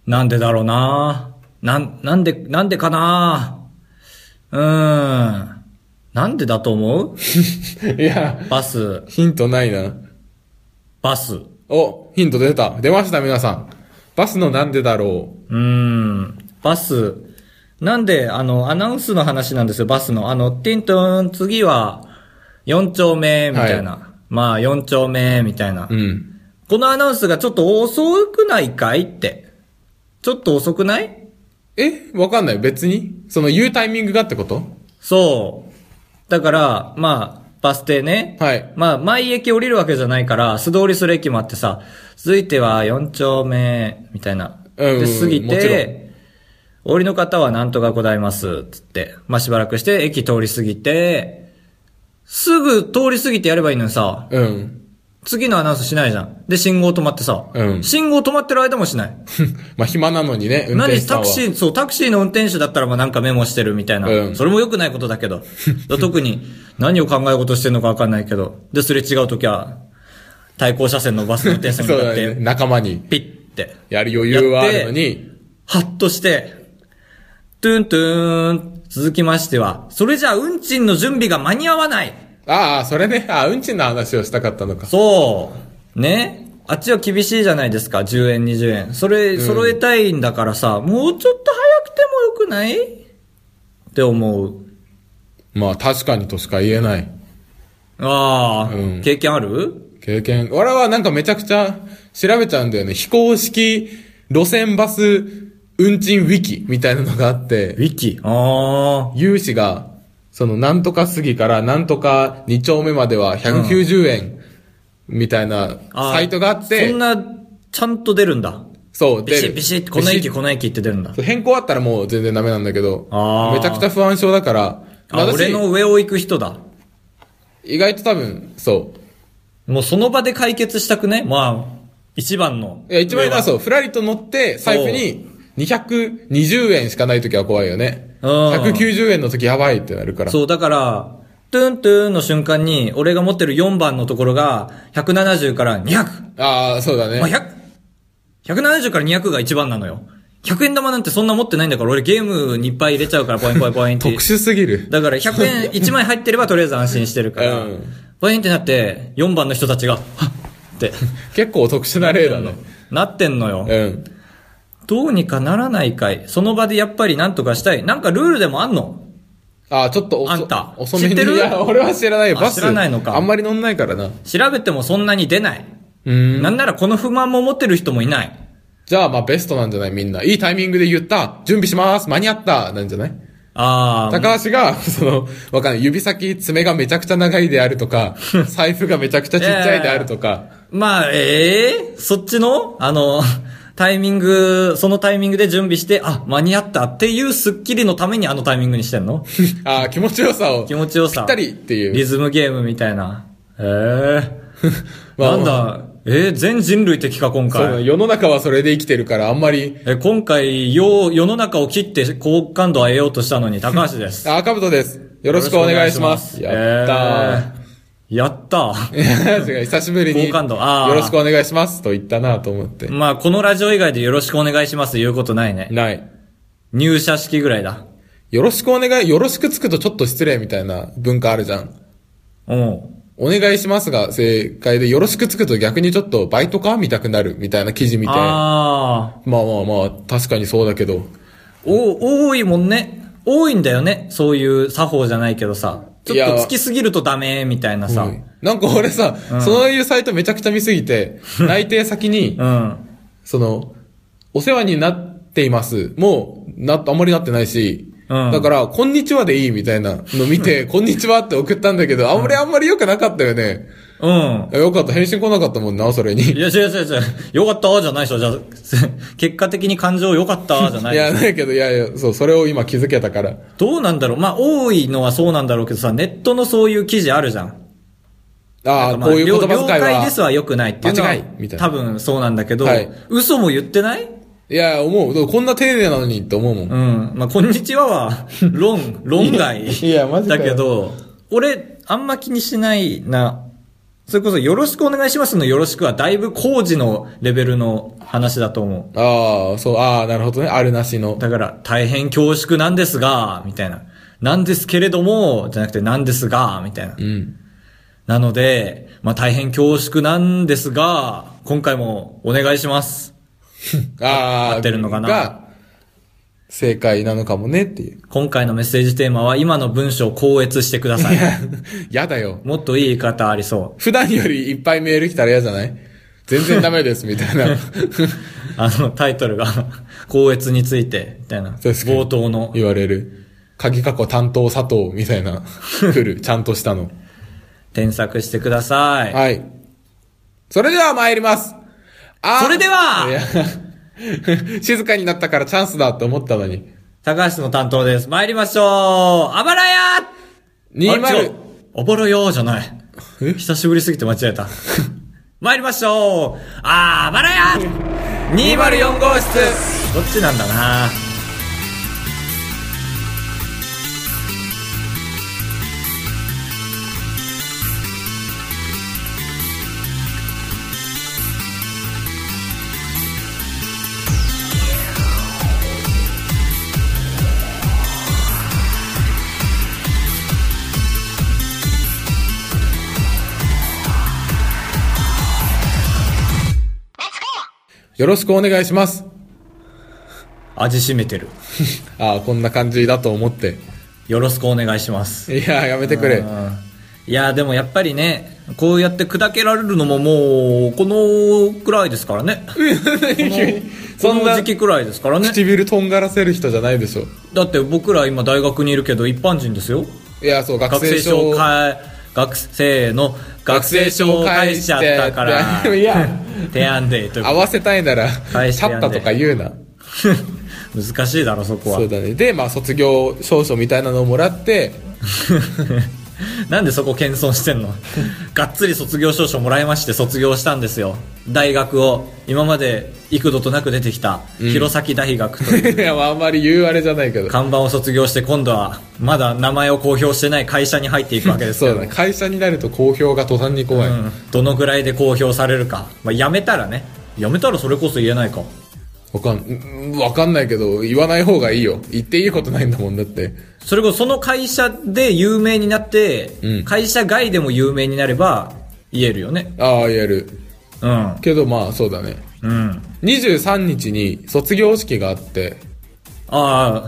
なんでだろうな。なんでかな。なんでだと思う？ いや、 バス。 ヒントないな。 バス。 お、ヒント出た。出ました皆さん。バスのなんでだろう。 バス。なんで、アナウンスの話なんですよ、バスの。ティントーン、次は、4丁目、みたいな。 はい、 まあ、4丁目、みたいな。このアナウンスがちょっと遅くないかいって。ちょっと遅くない？ わかんない。別に言うタイミングがってこと？ そう。だから、まあ、バス停ね。 はい。 まあ、毎駅降りるわけじゃないから、素通りする駅もあってさ、続いては4丁目、みたいな。で、過ぎて、お降りの方はなんとかございます、つって。まあ、しばらくして、駅通り過ぎて、すぐ通り過ぎてやればいいのにさ、次のアナウンスしないじゃん。で、信号止まってさ、信号止まってる間もしない。 まあ、暇なのにね、運転手さんは。 タクシーの運転手だったらまあなんかメモしてるみたいな。それも良くないことだけど。特に何を考え事してるのか分かんないけど。で、すれ違うときは、対向車線のバスの運転手さんに向かって、 仲間に、 ピッて。 やる余裕はあるのに、 ハッとして、トゥントゥーン、続きましては、それじゃあ運賃の準備が間に合わない。 ああ、それね。運賃の話をしたかったのか。 そう。ね。あっちは厳しいじゃないですか。10円、20円。それ、揃えたいんだからさ、もうちょっと早くてもよくないって思う。 まあ、確かにとしか言えない。 経験ある？ 経験。俺はなんかめちゃくちゃ調べちゃうんだよね。非公式路線バス運賃ウィキみたいなのがあって。 ウィキ？ 有志が、なんとか過ぎからなんとか2丁目までは190円みたいなサイトがあって。 そんな、ちゃんと出るんだ。 そう、 ビシッビシッ、この駅って出るんだ。 変更あったらもう全然ダメなんだけど。めちゃくちゃ不安症だから。 俺の上を行く人だ。 意外と多分、そう。 もうその場で解決したくね？まあ、一番の。 いや、一番だ、そう。ふらりと乗って、財布に220円しかないときは怖いよね。190円の時やばいってなるから。 そう、だから、トゥントゥンの瞬間に、俺が持ってる4番のところが、170から200。 ああ、そうだね。 まあ、170から200が一番なのよ。100円玉なんてそんな持ってないんだから、俺ゲームにいっぱい入れちゃうから、ポインポインポインって。 特殊すぎる。 だから100円1枚入ってればとりあえず安心してるから、ポインってなって、4番の人たちが、はっって。 結構特殊な例だね。 なってんのよ。どうにかならないかい。その場でやっぱりなんとかしたい。なんかルールでもあんの？ ちょっとあんた。 遅めに。 知ってる？ いや、俺は知らないよ。バス。 知らないのか。 あんまり乗んないからな。 調べてもそんなに出ない。なんならこの不満も持ってる人もいない。 じゃあまあベストなんじゃないみんな。いいタイミングで言った。準備します。間に合った。なんじゃない？高橋が、わかんない。指先、爪がめちゃくちゃ長いであるとか、財布がめちゃくちゃちっちゃいであるとか。 まあ、そっちのタイミング、そのタイミングで準備して、間に合ったっていうスッキリのためにあのタイミングにしてんの？ 気持ちよさを。 気持ちよさ。 ぴったりっていう。 リズムゲームみたいな。なんだ、全人類的か今回。 そう、世の中はそれで生きてるからあんまり。 今回、世の中を切って好感度を得ようとしたのに高橋です。 かぶとです。よろしくお願いします。やったー。 やったー。久しぶりに。 好感度。 よろしくお願いしますと言ったなと思って。 まあ、このラジオ以外でよろしくお願いします言うことないね。 ない。 入社式ぐらいだ。 よろしくつくとちょっと失礼みたいな文化あるじゃん。お願いしますが正解で、よろしくつくと逆にちょっとバイトか見たくなるみたいな記事見て。まあ、確かにそうだけど。 多いもんね。多いんだよね。そういう作法じゃないけどさ。ちょっとつきすぎるとダメみたいなさ。 なんか俺さ、そういうサイトめちゃくちゃ見すぎて、内定先に、お世話になっています。もう、あんまりなってないし、だから、こんにちはでいいみたいなの見て、こんにちはって送ったんだけど、俺あんまり良くなかったよね。よかった。返信来なかったもんな、それに。 いや、違う。よかったじゃないでしょ。じゃあ、結果的に感情よかったじゃない。 いや、ないけど、そう、それを今気づけたから。 どうなんだろう。まあ、多いのはそうなんだろうけどさ、ネットのそういう記事あるじゃん。 こういう言葉遣いは。 了解ですは良くないっていうのは。 間違いみたいな。 多分そうなんだけど、嘘も言ってない？ いや、思う。こんな丁寧なのにって思うもん。 まあ、こんにちはは、論外。 いや、マジだけど、俺、あんま気にしないな。 それこそよろしくお願いしますのよろしくはだいぶ工事のレベルの話だと思う。 なるほどね。あるなしの。 だから、大変恐縮なんですが、みたいな。なんですけれども、じゃなくてなんですが、みたいな。なので、大変恐縮なんですが、今回もお願いします。合ってるのかなが、 正解なのかもねっていう。 今回のメッセージテーマは今の文章を校閲してください。 やだよ。 もっといい言い方ありそう。 普段よりいっぱいメール来たら嫌じゃない？全然ダメです、みたいな。 タイトルが、校閲について、みたいな。冒頭の。 言われる。鍵括弧担当佐藤、みたいな。来る。ちゃんとしたの。 添削してください。 はい。それでは参ります。 それでは静かになったからチャンスだと思ったのに。 高橋の担当です。参りましょう。あばらや 20。 あばらやじゃない。久しぶりすぎて間違えた。参りましょう。あばらや204号室。どっちなんだな。 よろしくお願いします。 味しめてる。 こんな感じだと思って。 よろしくお願いします。 いや、やめてくれ。 いや、でもやっぱりね、こうやって砕けられるのももう、このくらいですからね。この時期くらいですからね。 唇とんがらせる人じゃないでしょ。 だって僕ら今大学にいるけど一般人ですよ。 いや、そう、学生証学生証返しちゃったから。 いや、 提案でという。 合わせたいなら、シャッタとか言うな。 難しいだろ、そこは。 そうだね。で、卒業証書みたいなのをもらって、 なんでそこ謙遜してんの？がっつり卒業証書もらいまして卒業したんですよ。大学を今まで幾度となく出てきた弘前大学という、 いや、あんまり言うあれじゃないけど、 看板を卒業して今度はまだ名前を公表してない会社に入っていくわけですけどそうだね。会社になると公表が途端に怖い、 どのぐらいで公表されるか、辞めたらそれこそ言えないか。 わかんないけど、言わない方がいいよ。言っていいことないんだもんだって。 それこそその会社で有名になって、会社外でも有名になれば言えるよね。 言える。けどそうだね。23日に卒業式があって。 はい。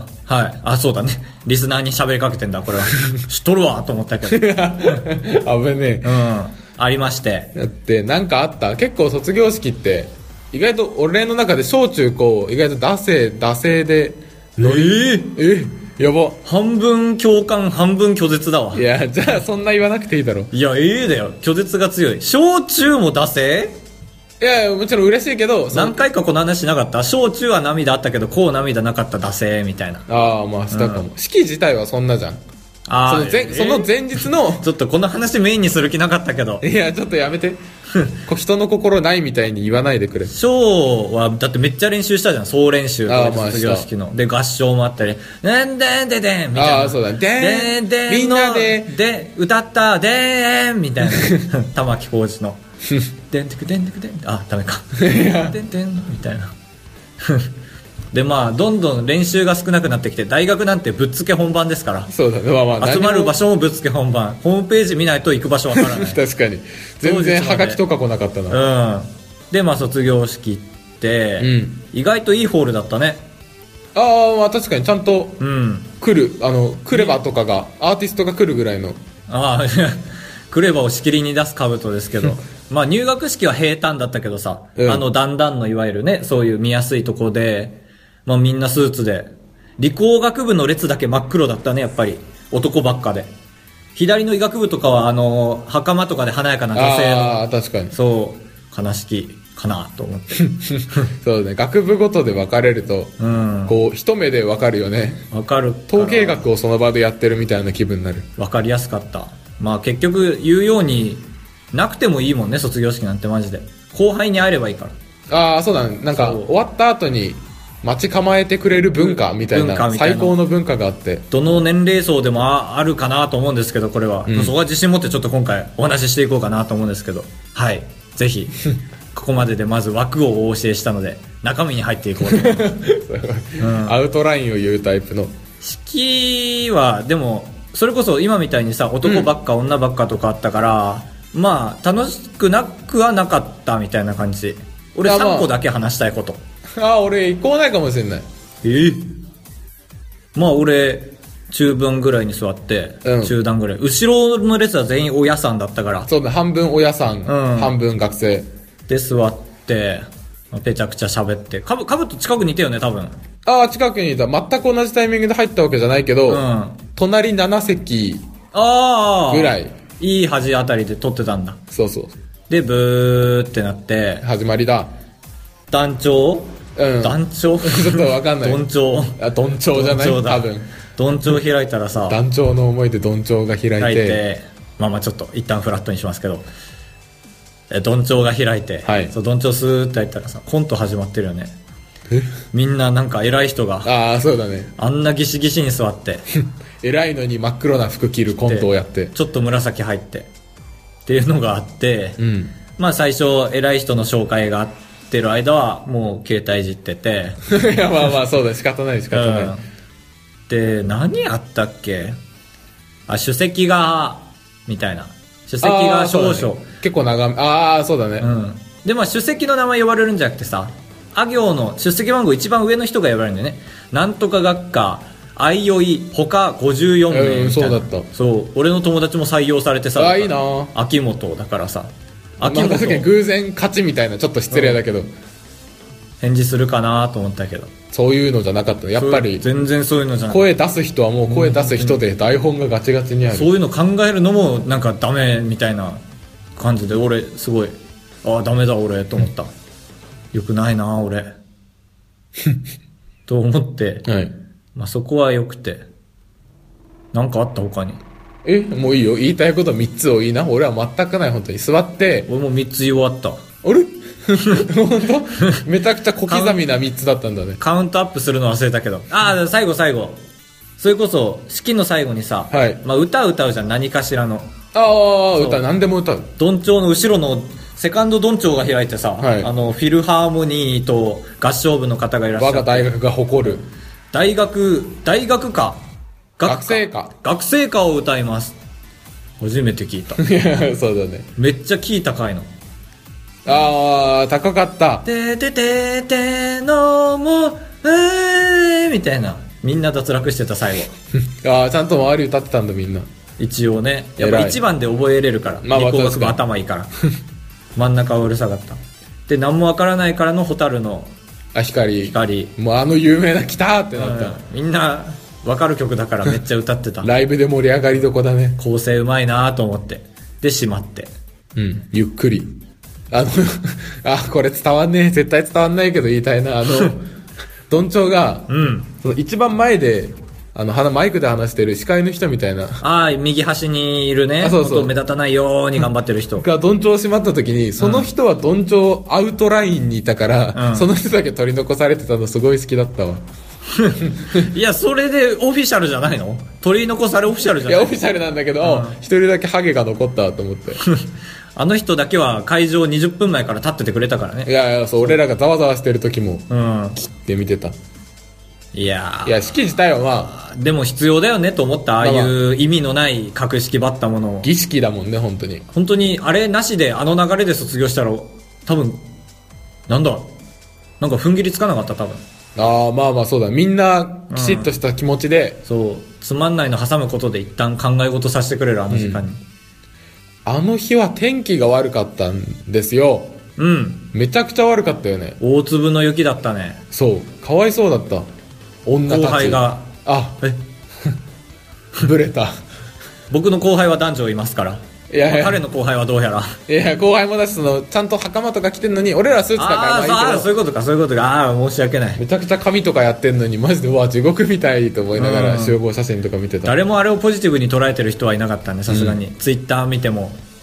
そうだね。リスナーに喋りかけてんだ、これは。知っとるわ、と思ったけど。 あべねえ。 ありまして。 だって、なんかあった？結構卒業式って、意外と俺の中で小中高、意外と惰性で。やば。 半分共感、半分拒絶だわ。 いや、じゃあそんな言わなくていいだろ。 いや、だよ。拒絶が強い。小中も惰性？ いや、もちろん嬉しいけど。 何回かこの話しなかった？小中は涙あったけど、こう涙なかった惰性みたいな。 したかも。式自体はそんなじゃん。その前日のちょっとこの話メインにする気なかったけど。 いや、ちょっとやめて。人の心ないみたいに言わないでくれ。 小はだってめっちゃ練習したじゃん。総練習と卒業式の。で、合唱もあったり、でんでんででんみたいな。 そうだね。 でんでんみんなで歌ったでんみたいな。玉置浩二の。でんてくでんてくでん。ダメか。でんでんみたいな。でどんどん練習が少なくなってきて、大学なんてぶっつけ本番ですから。 そうだね。 集まる場所もぶっつけ本番。ホームページ見ないと行く場所わからない。 確かに。全然ハガキとか来なかったな。 で卒業式って、意外といいホールだったね。 確かにちゃんと来る、来ればとかがアーティストが来るぐらいの。 来ればをしきりに出す兜ですけど。入学式は平坦だったけどさ、段々のいわゆるね、そういう見やすいとこで、みんなスーツで、理工学部の列だけ真っ黒だったね、やっぱり。男ばっかで。左の医学部とかは、袴とかで華やかな女性の。 確かに。 そう、悲しきかなと思って。 そうね、学部ごとで分かれると、こう、一目で分かるよね。 分かる。 統計学をその場でやってるみたいな気分になる。 分かりやすかった。結局、言うように、なくてもいいもんね、卒業式なんてマジで。後輩に会えればいいから。 そうだね。なんか、終わった後に、 待ち構えてくれる文化みたいな、最高の文化があって。 どの年齢層でもあるかなと思うんですけど、これは。そこは自信持ってちょっと今回お話ししていこうかなと思うんですけど。はい。ぜひ、ここまででまず枠をお教えしたので、中身に入っていこうと。 アウトラインを言うタイプの。 式は、でも、それこそ今みたいにさ、男ばっか、女ばっかとかあったから、まあ、楽しくなくはなかったみたいな感じ。俺3個だけ話したいこと。 俺1個もないかもしれない。 まあ俺、中分ぐらいに座って、中段ぐらい。後ろの列は全員親さんだったから。 そうだ、半分親さん、半分学生。 で座って、めちゃくちゃ喋って。かぶと近くにいたよね、多分。 近くにいた。全く同じタイミングで入ったわけじゃないけど、隣7席ぐらい。 いい端あたりで撮ってたんだ。 そうそう。 で、ブーってなって。 始まりだ。 団長団長ちょっとわかんない。 どんちょう。 どんちょうじゃない多分。 どんちょう開いたらさ。 団長の思いでどんちょうが開いて。 まあちょっと一旦フラットにしますけど。どんちょうが開いて。そう、どんちょうスーって入ったらさ、コント始まってるよね。みんななんか偉い人が。 そうだね。 あんなギシギシに座って。 偉いのに真っ黒な服着るコントをやって。 ちょっと紫入って。っていうのがあって、まあ最初偉い人の紹介があってる間はもう携帯いじってて。 いやまあそうだ、仕方ない。 で、何あったっけ？首席が、みたいな。首席が少々。 結構長め。そうだね。 で、まあ首席の名前呼ばれるんじゃなくてさ、あ行の出席番号一番上の人が呼ばれるんだよね。なんとか学科、あいおい、他54名みたいな。 そうだった。 そう。俺の友達も採用されてさ。 いいな秋元だからさ。 秋元。偶然勝ちみたいな、ちょっと失礼だけど。 返事するかなと思ったけど。 そういうのじゃなかった。やっぱり。 全然そういうのじゃない。 声出す人はもう声出す人で台本がガチガチにある。 そういうの考えるのもなんかダメみたいな感じで、俺すごい、ダメだ俺と思った。よくないな俺。と思って。まあそこは良くて。なんかあった他に。 もういいよ。言いたいこと3つをいいな。俺は全くない、本当に。座って。 俺も3つ言い終わった。 あれ本当めちゃくちゃ小刻みな3つだったんだね。 カウントアップするの忘れたけど。最後。それこそ、式の最後にさ、まあ歌うじゃん、何かしらの。 歌、何でも歌う。 どんちょうの後ろの、セカンドどんちょうが開いてさ、フィルハーモニーと合唱部の方がいらっしゃる。 我が大学が誇る。 大学か。 学生か。 学生歌を歌います。初めて聞いた。 そうだね。 めっちゃキー高いの。 高かった。 のも、みたいな。みんな脱落してた最後。 ちゃんと周り歌ってたんだみんな。 一応ね。やっぱ1番で覚えれるから。理工学部頭いいから。真ん中はうるさかった。で、何もわからないからのホタルの光。もう有名な来たってなった。 みんなわかる曲だからめっちゃ歌ってた。 ライブで盛り上がりどこだね。 構成うまいなと思って。で、閉まって。 ゆっくり。これ伝わんねえ。絶対伝わんないけど言いたいな。どんちょうが、その一番前で、マイクで話してる司会の人みたいな。 右端にいるね。そう。目立たないように頑張ってる人。 がどんちょう閉まった時に、その人はどんちょうアウトラインにいたから、その人だけ取り残されてたのすごい好きだったわ。 いや、それでオフィシャルじゃないの？取り残されオフィシャルじゃない？ いや、オフィシャルなんだけど、一人だけハゲが残ったと思って。 あの人だけは会場20分前から立っててくれたからね。 いや、そう、俺らがざわざわしてる時も、切って見てた。 いや、 式自体はでも必要だよねと思った。ああいう意味のない格式ばったものを。 儀式だもんね、本当に。 本当に、あれなしで、あの流れで卒業したら、多分、なんか踏ん切りつかなかった、多分。 まあそうだ。みんな、きちっとした気持ちで。 そう。つまんないの挟むことで一旦考え事させてくれる、あの時間に。 あの日は天気が悪かったんですよ。めちゃくちゃ悪かったよね。 大粒の雪だったね。 そう。かわいそうだった。女たち。 後輩が。 ブレた。 僕の後輩は男女いますから。彼の後輩はどうやら。 後輩もだし、ちゃんと袴とか着てんのに、俺らスーツだからいいけど。 そういうことか。申し訳ない。 めちゃくちゃ髪とかやってんのに、マジで、地獄みたいと思いながら集合写真とか見てた。 誰もあれをポジティブに捉えてる人はいなかったね、さすがに。ツイッター見ても。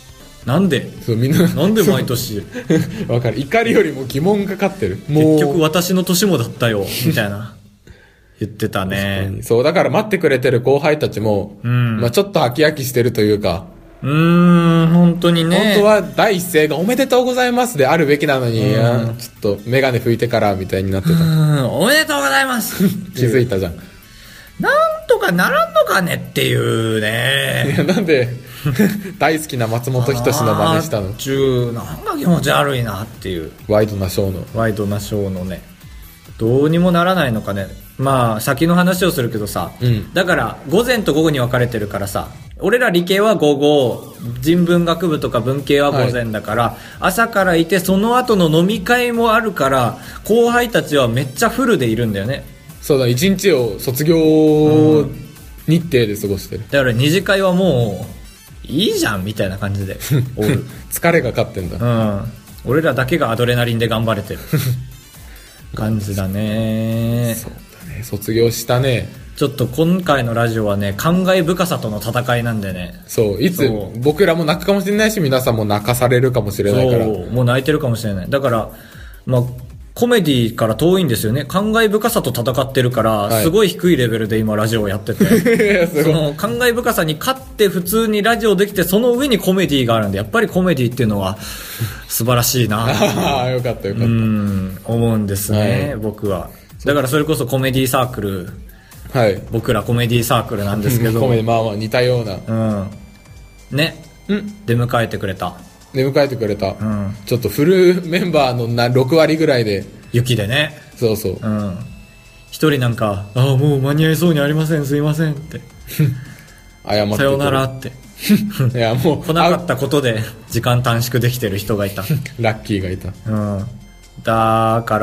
なんでそう、みんな。 なんで毎年わかる。怒りよりも疑問がかってる。 結局私の年もだったよ、みたいな。言ってたね。 そう、だから待ってくれてる後輩たちも、まあちょっと飽き飽きしてるというか、 本当にね。 本当は第一声がおめでとうございますであるべきなのに、ちょっとメガネ拭いてからみたいになってた。 おめでとうございます気づいたじゃん。 なんとかならんのかねっていうね。 いや、なんで、大好きな松本人志の真似したの？ なんか気持ち悪いなっていう。 ワイドなショーの。 ワイドなショーのね。どうにもならないのかね。まあ、先の話をするけどさ。だから、午前と午後に分かれてるからさ。俺ら理系は午後、人文学部とか文系は午前だから、朝からいて、その後の飲み会もあるから、後輩たちはめっちゃフルでいるんだよね。 そうだ、一日を卒業日程で過ごしてる。 だから二次会はもう、いいじゃんみたいな感じで。 疲れが勝ってんだ。 俺らだけがアドレナリンで頑張れてる感じだね。 そうだね、卒業したね。 ちょっと今回のラジオはね、感慨深さとの戦いなんでね。 そう、いつ僕らも泣くかもしれないし、皆さんも泣かされるかもしれないから。そう、 もう泣いてるかもしれない。だから、まあ、コメディから遠いんですよね。感慨深さと戦ってるから、すごい低いレベルで今ラジオをやってて。その感慨深さに勝って普通にラジオできて、その上にコメディがあるんで、やっぱりコメディっていうのは素晴らしいな。 ああ、よかったよかった。 思うんですね、僕は。だからそれこそコメディサークル。 はい。 僕らコメディサークルなんですけど。 コメディ、まあまあ似たような。 ね。出迎えてくれた。 出迎えてくれた。ちょっとフルメンバーの6割ぐらいで。 雪でね。 そうそう。 一人なんか、もう間に合いそうにありません、すいませんって。 謝ってさよならって。 いや、もう。 来なかったことで時間短縮できてる人がいた。 ラッキーがいた。 だから、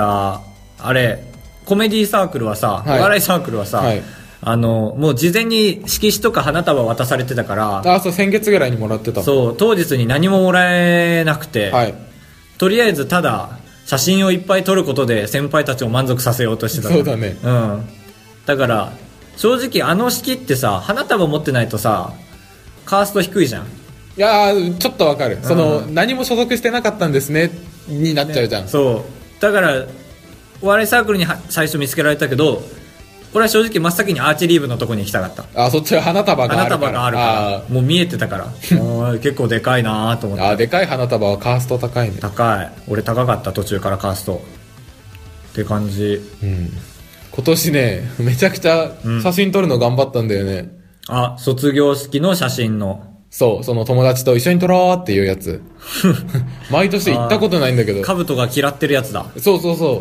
あれ、コメディサークルはさ、お笑いサークルはさ、もう事前に色紙とか花束渡されてたから。 そう、先月ぐらいにもらってた。 そう、当日に何ももらえなくて、とりあえずただ、写真をいっぱい撮ることで先輩たちを満足させようとしてた。 そうだね。 だから、正直あの式ってさ、花束持ってないとさ、カースト低いじゃん。 いやー、ちょっとわかる。何も所属してなかったんですね、になっちゃうじゃん。 そう。だから、お笑いサークルに最初見つけられたけど、俺は正直真っ先にアーチェリー部のとこに行きたかった。 そっちは花束があるから。 花束があるから。もう見えてたから。結構でかいなと思って。 でかい花束はカースト高いね。 高い。俺高かった途中からカースト。って感じ。 今年ね、めちゃくちゃ写真撮るの頑張ったんだよね。 卒業式の写真の。 そう、その友達と一緒に撮ろうっていうやつ。毎年行ったことないんだけど。 兜が嫌ってるやつだ。 そうそうそう。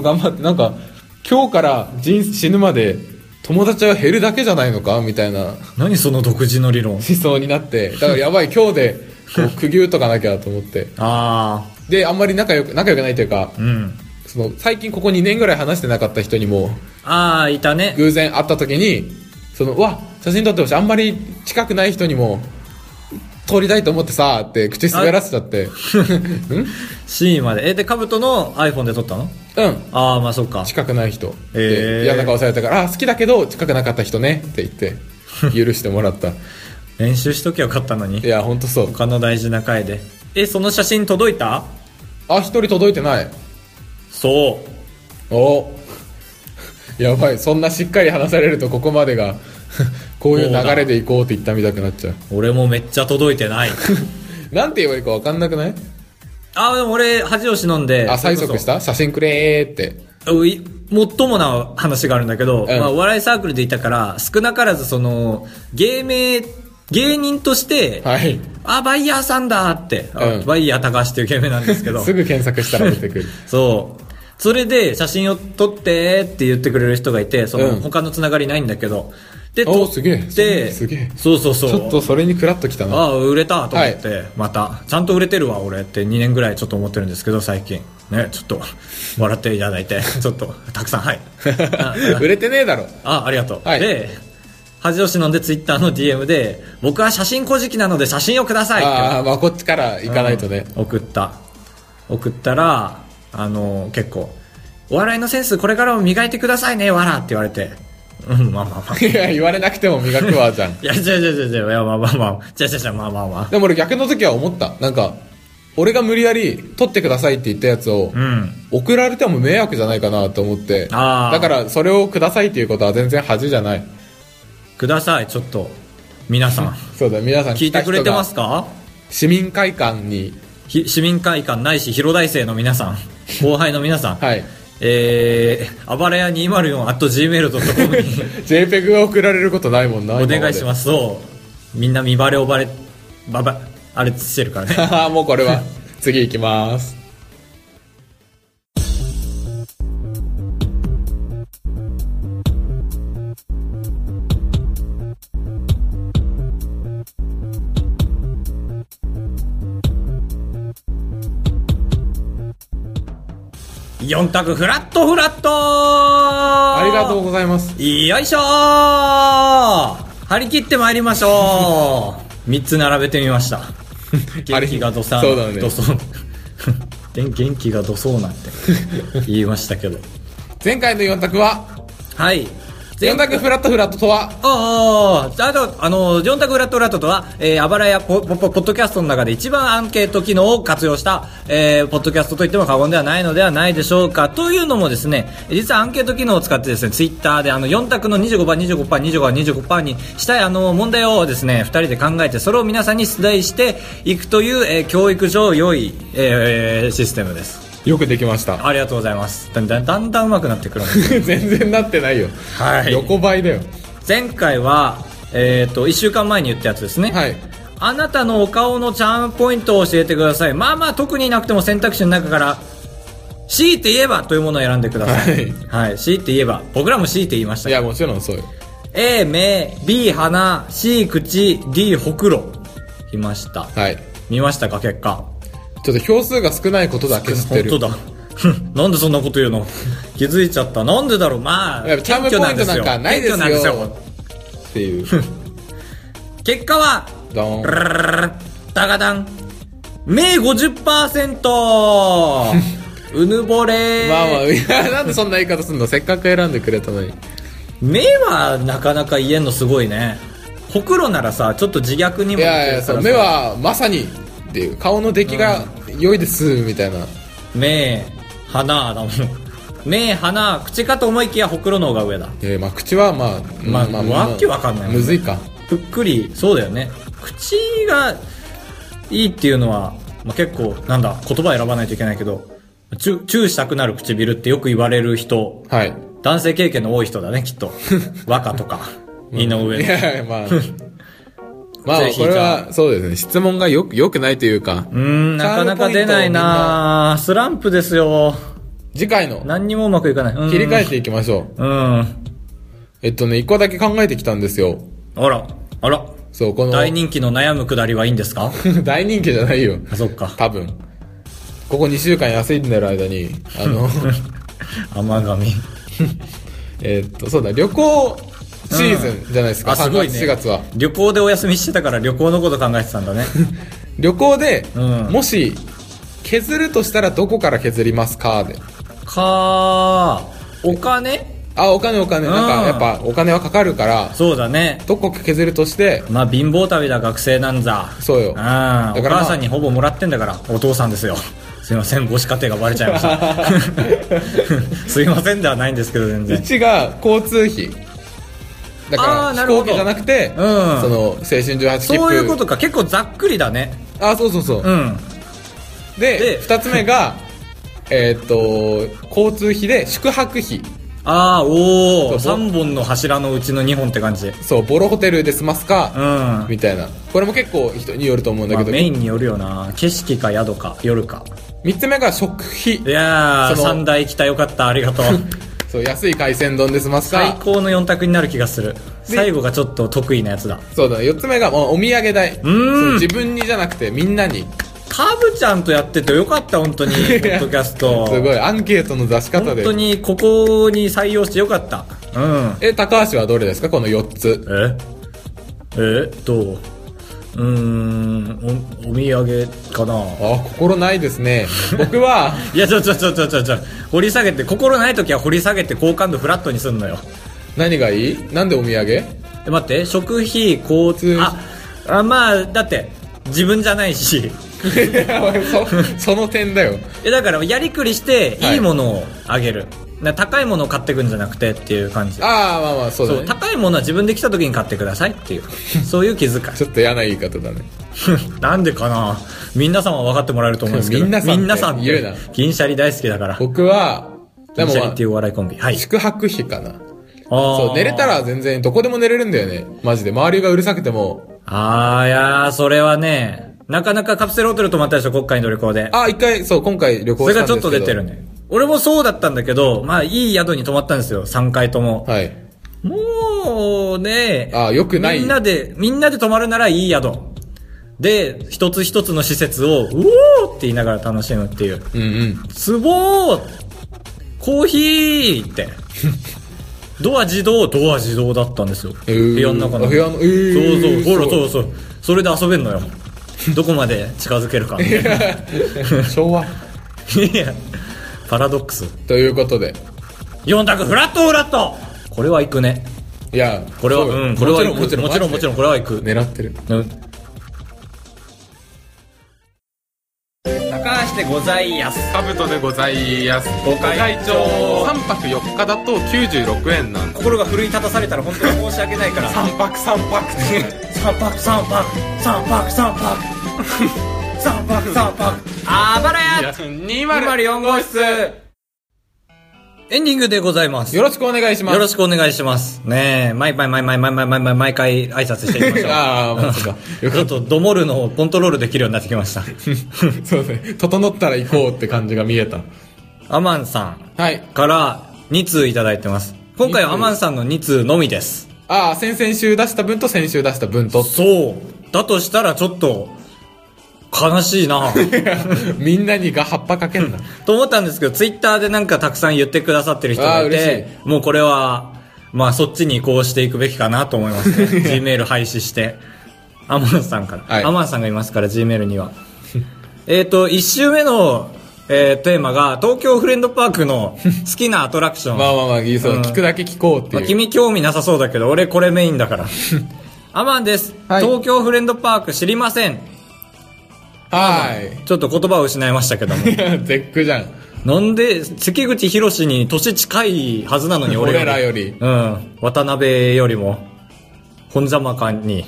頑張って、なんか、今日から死ぬまで友達は減るだけじゃないのかみたいな。 何その独自の理論。 思想になって。だからやばい、今日で、区切っとかなきゃと思って。で、あんまり仲良くないというか、最近ここ2年ぐらい話してなかった人にも、 いたね。 偶然会った時に、写真撮ってほしい。あんまり近くない人にも、撮りたいと思ってさって口滑らせちゃって。 シーンまで。で、カブトの iPhone で撮ったの？まあそっか。 近くない人。嫌な顔されたから、好きだけど近くなかった人ねって言って、許してもらった。 練習しときゃよかったのに。 いや、ほんとそう。 他の大事な回で。その写真届いた？ 一人届いてない。 そう。 やばい。そんなしっかり話されるとここまでが、こういう流れで行こうって言ったみたくなっちゃう。 俺もめっちゃ届いてない。 なんて言われるか分かんなくない？ でも俺、恥を忍んで。 催促した？写真くれーって。 もっともな話があるんだけど、お笑いサークルでいたから、少なからず芸人として、バイヤーさんだって、バイヤー高橋っていう芸名なんですけど。 すぐ検索したら出てくる。 そう。それで写真を撮ってって言ってくれる人がいて、他のつながりないんだけど、で、撮って、 すげえ。 そう。 ちょっとそれにクラッときたな。 売れたと思って、また、ちゃんと売れてるわ、俺って2年ぐらいちょっと思ってるんですけど、最近。ね、ちょっと、笑っていただいて、ちょっと、たくさん、 売れてねえだろ。 ありがとう。で、恥を忍んでツイッターの DM で、僕は写真小じきなので写真をくださいって。 こっちから行かないとね。 送ったら、結構、お笑いのセンスこれからも磨いてくださいね、わらって言われて、 うん、まあまあまあ。 いや、言われなくても磨くわ、じゃん。 いや、違う違う違う違う、いや、まあまあまあ。違う違う違う、まあまあまあ。 でも俺逆の時は思った。なんか、俺が無理やり取ってくださいって言ったやつを、送られても迷惑じゃないかなと思って。だからそれをくださいっていうことは全然恥じゃない。 ください、ちょっと。皆さん。 そうだ、皆さん聞いてくれてますか？ 市民会館に。 市民会館ないし、広大生の皆さん。後輩の皆さん。 はい。 あばらや 204@gmail.com に JPEG が送られることないもんな。 お願いします。そう。みんな見バレおばれ、あれしてるからね。 もうこれは。次行きます。 4択フラットフラットありがとうございます。 よいしょー、張り切ってまいりましょう。3つ並べてみました。元気がどさん、 そうだね、 どそう元気がどそうなんて言いましたけど、 前回の4択は、 はい、 4択フラットフラットとは、 4択フラットフラットとは、あばらやポッドキャストの中で一番アンケート機能を活用した、ポッドキャストといっても過言ではないのではないでしょうか。というのもですね、実はアンケート機能を使ってですね、ツイッターで4択の 25%、25%、25% にしたい問題をですね、2人で考えて、それを皆さんに出題していくという、教育上良い、システムです。 よくできました。 ありがとうございます。だんだん上手くなってくる全然なってないよ。 はい。 横ばいだよ。 前回は、1週間前に言ったやつですね。 はい。 あなたのお顔のチャームポイントを教えてください。まあまあ特になくても選択肢の中から、強いて言えばというものを選んでください。はい。はい。強いて言えば。僕らも強いて言いました。 いや、もちろんそうよ。 A、目、B、鼻、C、口、D、ほくろ。いました。 はい。 見ましたか、結果。 ちょっと票数が少ないことだけ知ってる。 本当だ。なんでそんなこと言うの？気づいちゃった。なんでだろう。まあ、 チャームポイントなんかないですよ。っていう。 結果は、 ドーン。 ダガダン。目 50%! うぬぼれー。 まあまあ、いや、なんでそんな言い方すんの？せっかく選んでくれたのに。 目はなかなか言えんのすごいね。ほくろならさ、ちょっと自虐にも。 いやいや、そう、目はまさに、っていう顔の出来が良いですみたいな。 目、鼻だもん。目、鼻、口かと思いきやほくろの方が上だ。 まあ口はまあわけわかんないもんね。 むずいか。 ぷっくり、そうだよね。口がいいっていうのは、まあ、結構なんだ言葉選ばないといけないけど、チューしたくなる唇ってよく言われる人。 はい。 男性経験の多い人だねきっと。和歌とか井上の。 いやまあ。まあ、これは、そうですね。質問が良くないというか。 なかなか出ないなスランプですよ。 次回の。 何にもうまくいかない。 切り替えていきましょう。一個だけ考えてきたんですよ。 あら。 そう、この。 大人気の悩むくだりはいいんですか？ 大人気じゃないよ。 あ、そっか。 多分。ここ2週間休んでる間に、 甘神。 そうだ、旅行、シーズンじゃないですか、3月、4月は。 旅行でお休みしてたから旅行のこと考えてたんだね。 旅行で、もし、削るとしたらどこから削りますかで。 お金？ お金。なんか、やっぱお金はかかるから。 そうだね。 どこか削るとして。 まあ、貧乏旅だ、学生なんざ。 そうよ。 お母さんにほぼもらってんだから、お父さんですよ。すいません、母子家庭がバレちゃいました。すいませんではないんですけど、全然。 1が交通費。だから飛行機じゃなくて、その青春18切符。 そういうことか、結構ざっくりだね。 そう。で、2つ目が、交通費で宿泊費。 3本の柱のうちの2本って感じ。 そう、ボロホテルで済ますか、みたいな。これも結構人によると思うんだけど。 メインによるよな。景色か宿か夜か。 3つ目が食費。 いやー、3台来たよかった、ありがとう。 そう、安い海鮮丼で済ますか。 最高の4択になる気がする。最後がちょっと得意なやつだ。 そうだ、4つ目がお土産代。自分にじゃなくてみんなに。 カブちゃんとやっててよかった、本当に。ポッドキャスト。 すごい、アンケートの出し方で。 本当に、ここに採用してよかった。 高橋はどれですかこの4つ。 お土産かな。 心ないですね。僕は。 いや、掘り下げて、心ない時は掘り下げて好感度フラットにすんのよ。 何がいい？なんでお土産？ 待って、食費、交通、まあ、だって、自分じゃないし。 その点だよ。 だから、やりくりして、いいものをあげる。高いものを買ってくんじゃなくてっていう感じ。 まあまあ、そうだね。そう、 高いものは自分で来た時に買ってくださいっていう、そういう気遣い。 ちょっと嫌な言い方だね。 なんでかな。皆さんは分かってもらえると思うんですけど。皆さんって言うな。銀シャリ大好きだから。 僕は、 銀シャリっていうお笑いコンビ。はい。 宿泊費かな。そう、寝れたら全然どこでも寝れるんだよね。マジで。周りがうるさくても。 いやー、それはね、なかなかカプセルホテル泊まったでしょ、国会の旅行で。 一回、そう、今回旅行したんですけど。それがちょっと出てるね。俺もそうだったんだけど、まあ、いい宿に泊まったんですよ、3回とも。 はい。 もうね、 よくない。 みんなで泊まるならいい宿。で、一つ一つの施設を、うおーって言いながら楽しむっていう。 うんうん。 ツボーコーヒーって。ドア自動だったんですよ。部屋の中の。 部屋の、 そう、ほら、そう。それで遊べんのよ。どこまで近づけるか。 昭和。 いや、パラドックス。 ということで。 4択フラットこれは行くね。 いや、 これは、これは行く。もちろん、これは行く。 狙ってる。 高橋でございやす。 カブトでございやす。ご会長。3泊4日だと96円なんで。 心が奮い立たされたら本当に申し訳ないから。 3泊。3泊。 あばらや204号室。エンディングでございます。 よろしくお願いします。 よろしくお願いします。ねえ、毎回挨拶していきましょう。 まあ、そうか。 ちょっとドモルのコントロールできるようになってきました。 そうですね。整ったら行こうって感じが見えた。 アマンさんから2通いただいてます。今回はアマンさんの2通のみです。 先々週出した分と先週出した分と。 そう。だとしたらちょっと、悲しいな。 みんなに葉っぱかけんな。 と思ったんですけど、ツイッターでなんかたくさん言ってくださってる人がいて、もうこれは、まあそっちに移行していくべきかなと思いますね。Gmail 廃止して。アマンさんから。アマンさんがいますから、Gmail には。1週目の、テーマが、東京フレンドパークの好きなアトラクション。 まあ、聞くだけ聞こうっていう。 君興味なさそうだけど、俺これメインだから。アマンです。東京フレンドパーク知りません。ちょっと言葉を失いましたけども。 絶句じゃん。 なんで、関口博に年近いはずなのに俺らより。 渡辺よりも、本邪魔かに。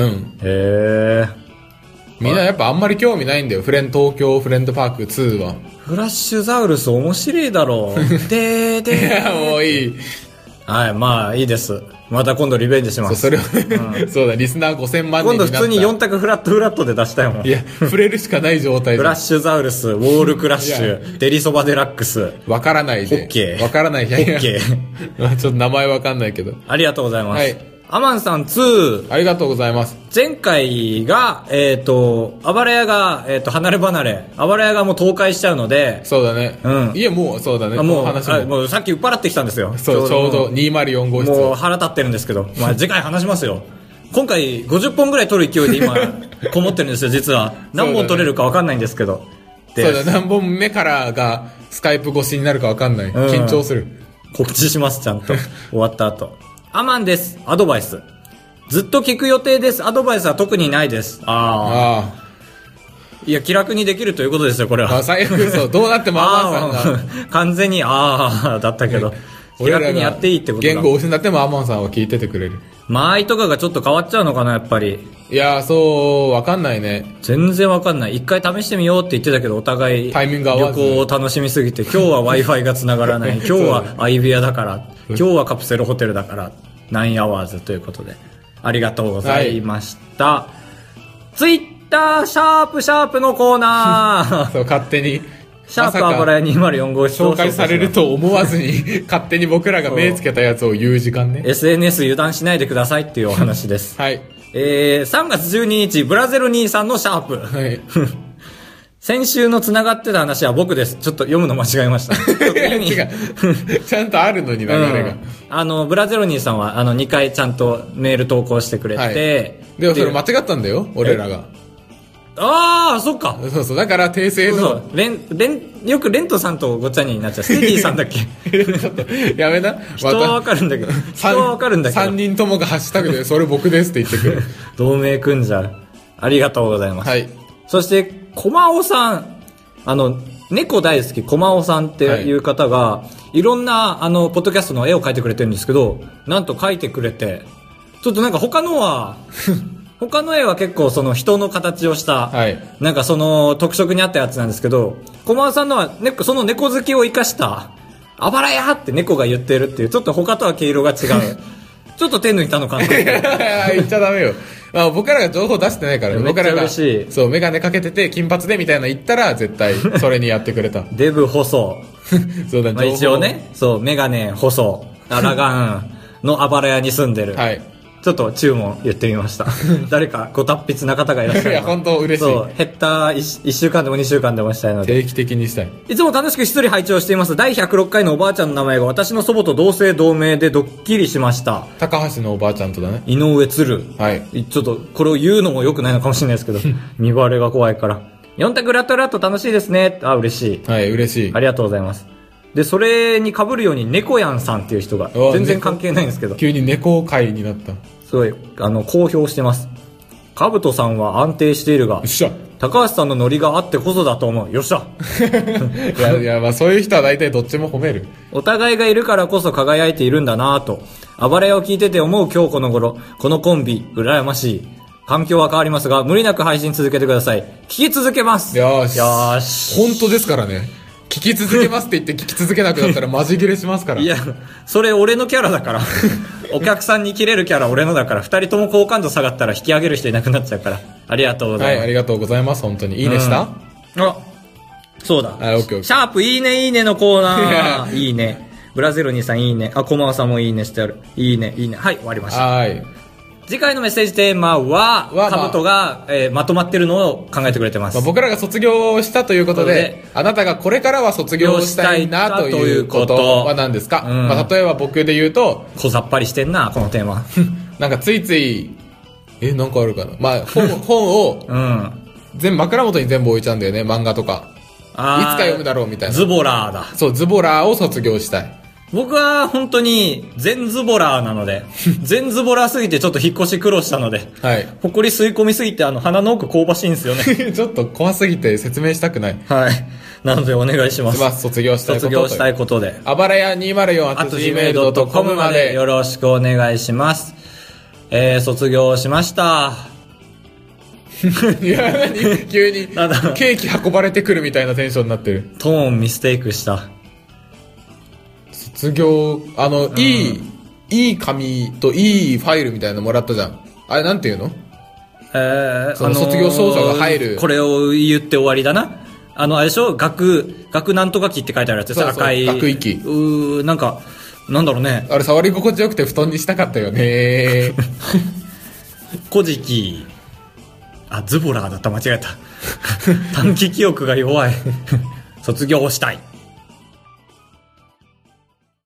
みんなやっぱあんまり興味ないんだよ。東京フレンドパーク2は。 フラッシュザウルス面白いだろう。いや、もういい。 はい、まあいいです。また今度リベンジします。 そうだ、リスナー5000万人になった。 今度普通に4択フラットで出したいもん。 いや、触れるしかない状態で。 フラッシュザウルス、ウォールクラッシュ、デリそばデラックス。 わからないで。 ホッケー。 わからない。 ホッケー。ちょっと名前わかんないけど。 ありがとうございます。はい。アマンさん2。 ありがとうございます。 前回が、あばら屋が、離れ離れ。あばら屋がもう倒壊しちゃうので。 そうだね。いや、もう、そうだね。 もうさっき売っ払ってきたんですよ。 そう、ちょうど204号室。 もう腹立ってるんですけど。まあ、次回話しますよ。今回50本ぐらい撮る勢いで今、こもってるんですよ、実は。何本撮れるか分かんないんですけど。 そうだ、何本目からがスカイプ越しになるか分かんない。緊張する。 告知します、ちゃんと。終わった後。アマンです。アドバイス。ずっと聞く予定です。アドバイスは特にないです。いや、気楽にできるということですよ、これは。 最悪、そう、どうなってもアマンさんが。 完全に、だったけど。気楽にやっていいってことだ。 言語を失ってもアマンさんは聞いててくれる。 間合いとかがちょっと変わっちゃうのかな、やっぱり。 いや、そう、わかんないね。 全然わかんない。一回試してみようって言ってたけど、お互い、 タイミング合わず。 旅行を楽しみすぎて、今日は Wi-Fi が繋がらない。今日は相部屋だから。今日はカプセルホテルだから。9 hours ということで。ありがとうございました。ツイッターシャープのコーナー。 そう、勝手に。 シャープあばらや204号室紹介されると思わずに、勝手に僕らが目つけたやつを言う時間ね。 SNS 油断しないでくださいっていうお話です。 はい。 3月12日、ブラゼル兄さんのシャープ。 はい。 先週の繋がってた話は僕です。ちょっと読むの間違えました。 違う。ちゃんとあるのに流れが。ブラゼロニーさんは2回ちゃんとメール投稿してくれて。 でもそれ間違ったんだよ、俺らが。 ああ、そっか。 そうそう。だから訂正の。 よくレントさんとごっちゃになっちゃう。ステディさんだっけちょっと、やめな。 人はわかるんだけど。人はわかるんだけど。 3人ともがハッシュタグで、それ僕ですって言ってくる。 同盟組んじゃう。ありがとうございます。 はい。 そして、コマオさん。猫大好きコマオさんっていう方が、はい、いろんな、ポッドキャストの絵を描いてくれてるんですけど、なんと描いてくれて、ちょっとなんか他の絵は結構その人の形をした、はい、なんかその特色に合ったやつなんですけど、コマオさんのは、その猫好きを生かした、あばらやって猫が言ってるっていう、ちょっと他とは毛色が違う。ちょっと手抜いたのかな。 言っちゃダメよ。まあ、僕らが情報出してないからね。僕らが、そう、メガネかけてて、金髪でみたいなの言ったら、絶対、それにやってくれた。 デブ細。 そうだ、 まあ、一応ね、そう、メガネ細、アラガンのあばら屋に住んでる。はい。ちょっと注文言ってみました。誰かご達筆な方がいらっしゃる。 いや、本当嬉しい。 そう、減った1週間でも2週間でもしたいので。 定期的にしたい。 いつも楽しく一人拝聴しています。第106回のおばあちゃんの名前が私の祖母と同姓同名でドッキリしました。 高橋のおばあちゃんとだね。 井上鶴。はい。ちょっと、これを言うのも良くないのかもしれないですけど、見バレが怖いから。4択ラットラット楽しいですね。あ、嬉しい。 はい、嬉しい。 ありがとうございます。で、それに被るように猫やんさんっていう人が、全然関係ないんですけど。 急に猫会になった。 すごい、公表してます。カブトさんは安定しているが、よっしゃ。高橋さんのノリがあってこそだと思う。よっしゃ。 いや、まあそういう人は大体どっちも褒める。 お互いがいるからこそ輝いているんだなぁと。暴れ屋を聞いてて思う今日この頃、このコンビ、羨ましい。環境は変わりますが、無理なく配信続けてください。聞き続けます。 よし。よーし。本当ですからね。聞き続けますって言って聞き続けなくなったらマジ切れしますから。 いや、それ俺のキャラだから。お客さんに切れるキャラ俺のだから、二人とも好感度下がったら引き上げる人いなくなっちゃうから。ありがとうございます。 はい、ありがとうございます。本当に。いいねした、 あ、そうだ。 はい、オッケー。 シャープいいねいいねのコーナー。いいね。ブラゼルニーさんいいね。あ、コマワさんもいいねしてある。いいね、いいね。はい、終わりました。はい。次回のメッセージテーマは、カブトが、まとまってるのを考えてくれてます。 僕らが卒業したということで、あなたがこれからは卒業したいなということは何ですか、まあ、例えば僕で言うと、 小ざっぱりしてんな、このテーマ。 なんかついつい、なんかあるかな。まあ、本を、枕元に全部置いちゃうんだよね、漫画とか。いつか読むだろうみたいな。 ズボラーだ。 そう、ズボラーを卒業したい。 僕は本当に全ズボラーなので、全ズボラーすぎてちょっと引っ越し苦労したので、はい。ほこり吸い込みすぎて鼻の奥香ばしいんですよね。 ちょっと怖すぎて説明したくない。 はい。なのでお願いします。 卒業したいこと。 卒業したいことで。 あばらや 204@gmail.com までよろしくお願いします。卒業しました。 いや、何急にケーキ運ばれてくるみたいなテンションになってる。 トーンミステイクした。 卒業、いい紙といいファイルみたいなのもらったじゃん。あれなんていうの？その卒業証書が入る。 これを言って終わりだな。あれでしょ？学なんとか機って書いてあるやつです。赤い。 学域。 なんか、なんだろうね。 あれ触り心地よくて布団にしたかったよね。 古事記。ズボラーだった。間違えた。短期記憶が弱い。卒業したい。